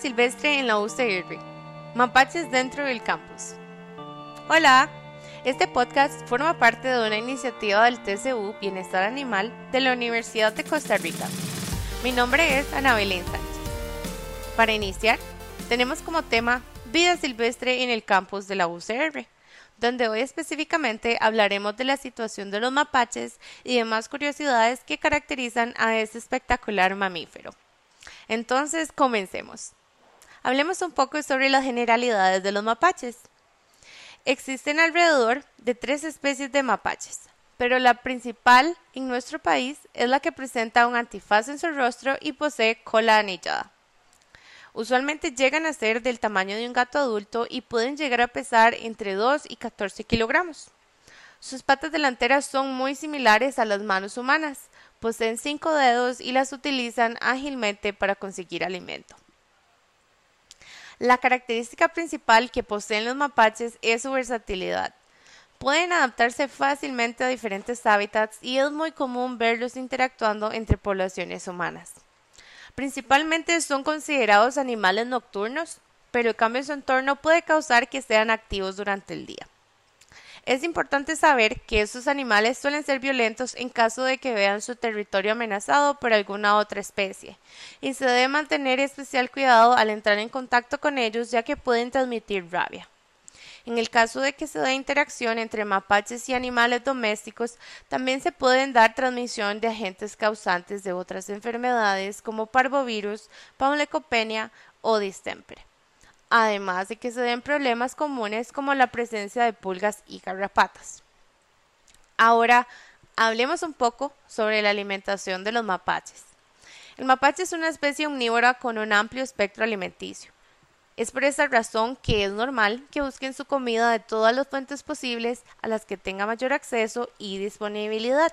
silvestre en la UCR. Mapaches dentro del campus. Hola, este podcast forma parte de una iniciativa del TCU Bienestar Animal de la Universidad de Costa Rica. Mi nombre es Ana Belén Sánchez. Para iniciar, tenemos como tema Vida silvestre en el campus de la UCR, donde hoy específicamente hablaremos de la situación de los mapaches y demás curiosidades que caracterizan a este espectacular mamífero. Entonces, comencemos. Hablemos un poco sobre las generalidades de los mapaches. Existen alrededor de 3 especies de mapaches, pero la principal en nuestro país es la que presenta un antifaz en su rostro y posee cola anillada. Usualmente llegan a ser del tamaño de un gato adulto y pueden llegar a pesar entre 2 y 14 kilogramos. Sus patas delanteras son muy similares a las manos humanas, poseen 5 dedos y las utilizan ágilmente para conseguir alimento. La característica principal que poseen los mapaches es su versatilidad. Pueden adaptarse fácilmente a diferentes hábitats y es muy común verlos interactuando entre poblaciones humanas. Principalmente son considerados animales nocturnos, pero el cambio en su entorno puede causar que sean activos durante el día. Es importante saber que estos animales suelen ser violentos en caso de que vean su territorio amenazado por alguna otra especie, y se debe mantener especial cuidado al entrar en contacto con ellos ya que pueden transmitir rabia. En el caso de que se dé interacción entre mapaches y animales domésticos, también se pueden dar transmisión de agentes causantes de otras enfermedades como parvovirus, paulicopenia o distemper. Además de que se den problemas comunes como la presencia de pulgas y garrapatas. Ahora, hablemos un poco sobre la alimentación de los mapaches. El mapache es una especie omnívora con un amplio espectro alimenticio. Es por esa razón que es normal que busquen su comida de todas las fuentes posibles a las que tenga mayor acceso y disponibilidad.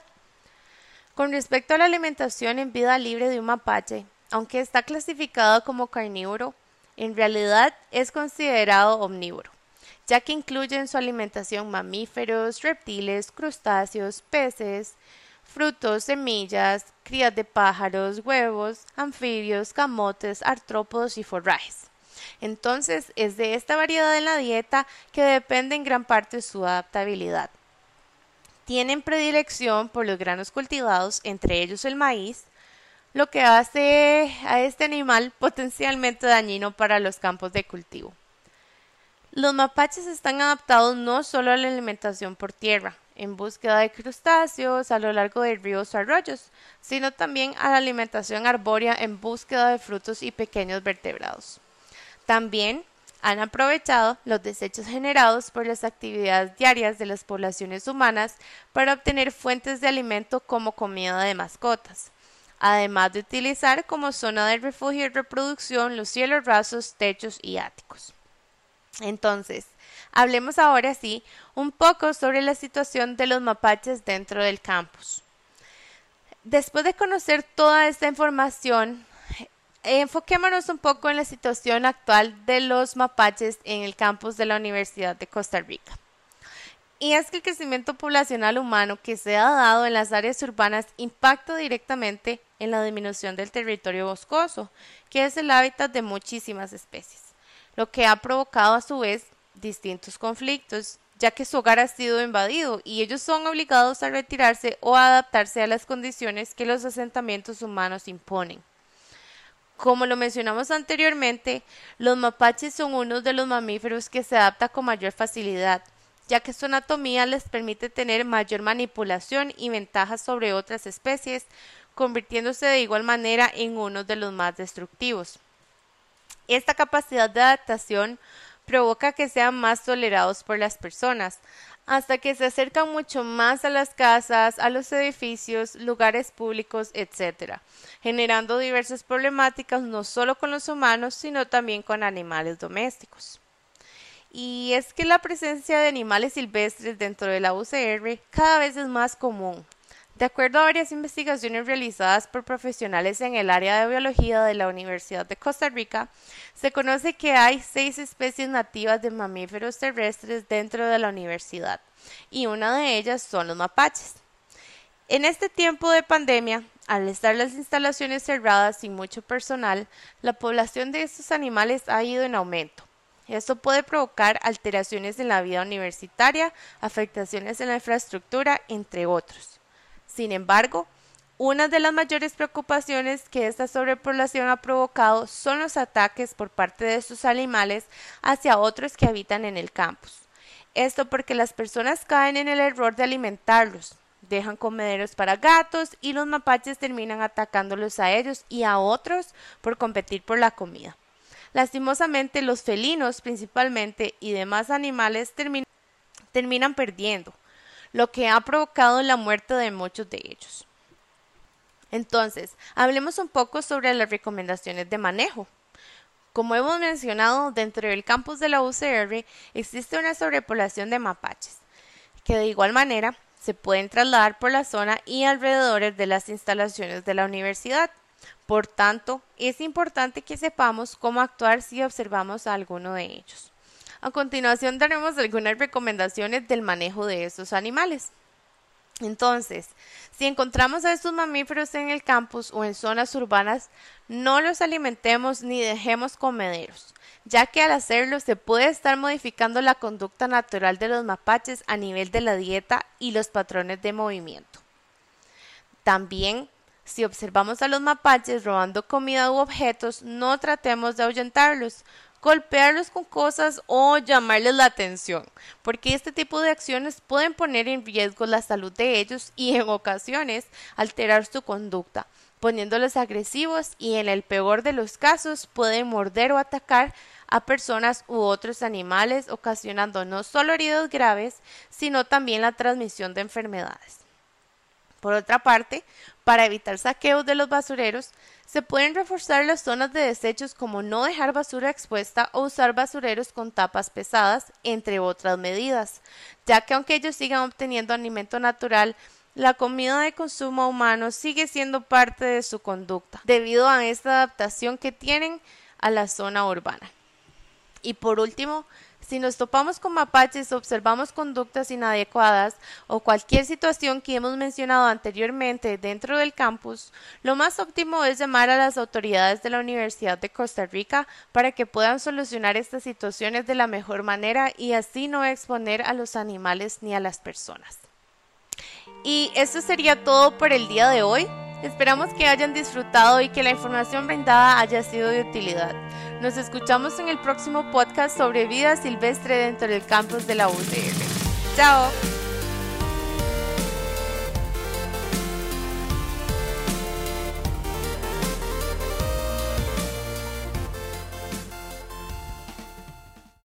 Con respecto a la alimentación en vida libre de un mapache, aunque está clasificado como carnívoro, en realidad es considerado omnívoro, ya que incluye en su alimentación mamíferos, reptiles, crustáceos, peces, frutos, semillas, crías de pájaros, huevos, anfibios, camotes, artrópodos y forrajes. Entonces, es de esta variedad en la dieta que depende en gran parte su adaptabilidad. Tienen predilección por los granos cultivados, entre ellos el maíz, lo que hace a este animal potencialmente dañino para los campos de cultivo. Los mapaches están adaptados no solo a la alimentación por tierra, en búsqueda de crustáceos a lo largo de ríos o arroyos, sino también a la alimentación arbórea en búsqueda de frutos y pequeños vertebrados. También han aprovechado los desechos generados por las actividades diarias de las poblaciones humanas para obtener fuentes de alimento como comida de mascotas, además de utilizar como zona de refugio y reproducción los cielos rasos, techos y áticos. Entonces, hablemos ahora sí un poco sobre la situación de los mapaches dentro del campus. Después de conocer toda esta información, enfoquémonos un poco en la situación actual de los mapaches en el campus de la Universidad de Costa Rica. Y es que el crecimiento poblacional humano que se ha dado en las áreas urbanas impacta directamente en la disminución del territorio boscoso, que es el hábitat de muchísimas especies, lo que ha provocado a su vez distintos conflictos, ya que su hogar ha sido invadido y ellos son obligados a retirarse o a adaptarse a las condiciones que los asentamientos humanos imponen. Como lo mencionamos anteriormente, los mapaches son uno de los mamíferos que se adapta con mayor facilidad, ya que su anatomía les permite tener mayor manipulación y ventajas sobre otras especies, convirtiéndose de igual manera en uno de los más destructivos. Esta capacidad de adaptación provoca que sean más tolerados por las personas, hasta que se acercan mucho más a las casas, a los edificios, lugares públicos, etc., generando diversas problemáticas no solo con los humanos, sino también con animales domésticos. Y es que la presencia de animales silvestres dentro de la UCR cada vez es más común. De acuerdo a varias investigaciones realizadas por profesionales en el área de biología de la Universidad de Costa Rica, se conoce que hay 6 especies nativas de mamíferos terrestres dentro de la universidad, y una de ellas son los mapaches. En este tiempo de pandemia, Al estar las instalaciones cerradas sin mucho personal, la población de estos animales ha ido en aumento. Esto puede provocar alteraciones en la vida universitaria, afectaciones en la infraestructura, entre otros. Sin embargo, una de las mayores preocupaciones que esta sobrepoblación ha provocado son los ataques por parte de estos animales hacia otros que habitan en el campus. Esto porque las personas caen en el error de alimentarlos, dejan comederos para gatos y los mapaches terminan atacándolos a ellos y a otros por competir por la comida. Lastimosamente, los felinos principalmente y demás animales terminan perdiendo, lo que ha provocado la muerte de muchos de ellos. Entonces, hablemos un poco sobre las recomendaciones de manejo. Como hemos mencionado, dentro del campus de la UCR existe una sobrepoblación de mapaches, que de igual manera se pueden trasladar por la zona y alrededores de las instalaciones de la universidad. Por tanto, es importante que sepamos cómo actuar si observamos a alguno de ellos. A continuación daremos algunas recomendaciones del manejo de estos animales. Entonces, si encontramos a estos mamíferos en el campus o en zonas urbanas, no los alimentemos ni dejemos comederos, ya que al hacerlo se puede estar modificando la conducta natural de los mapaches a nivel de la dieta y los patrones de movimiento. También, si observamos a los mapaches robando comida u objetos, no tratemos de ahuyentarlos, golpearlos con cosas o llamarles la atención, porque este tipo de acciones pueden poner en riesgo la salud de ellos y en ocasiones alterar su conducta, poniéndolos agresivos y en el peor de los casos pueden morder o atacar a personas u otros animales, ocasionando no solo heridas graves, sino también la transmisión de enfermedades. Por otra parte, para evitar saqueos de los basureros, se pueden reforzar las zonas de desechos como no dejar basura expuesta o usar basureros con tapas pesadas, entre otras medidas, ya que aunque ellos sigan obteniendo alimento natural, la comida de consumo humano sigue siendo parte de su conducta, debido a esta adaptación que tienen a la zona urbana. Y por último, si nos topamos con mapaches o observamos conductas inadecuadas o cualquier situación que hemos mencionado anteriormente dentro del campus, lo más óptimo es llamar a las autoridades de la Universidad de Costa Rica para que puedan solucionar estas situaciones de la mejor manera y así no exponer a los animales ni a las personas. Y esto sería todo por el día de hoy. Esperamos que hayan disfrutado y que la información brindada haya sido de utilidad. Nos escuchamos en el próximo podcast sobre vida silvestre dentro del campus de la UCR. ¡Chao!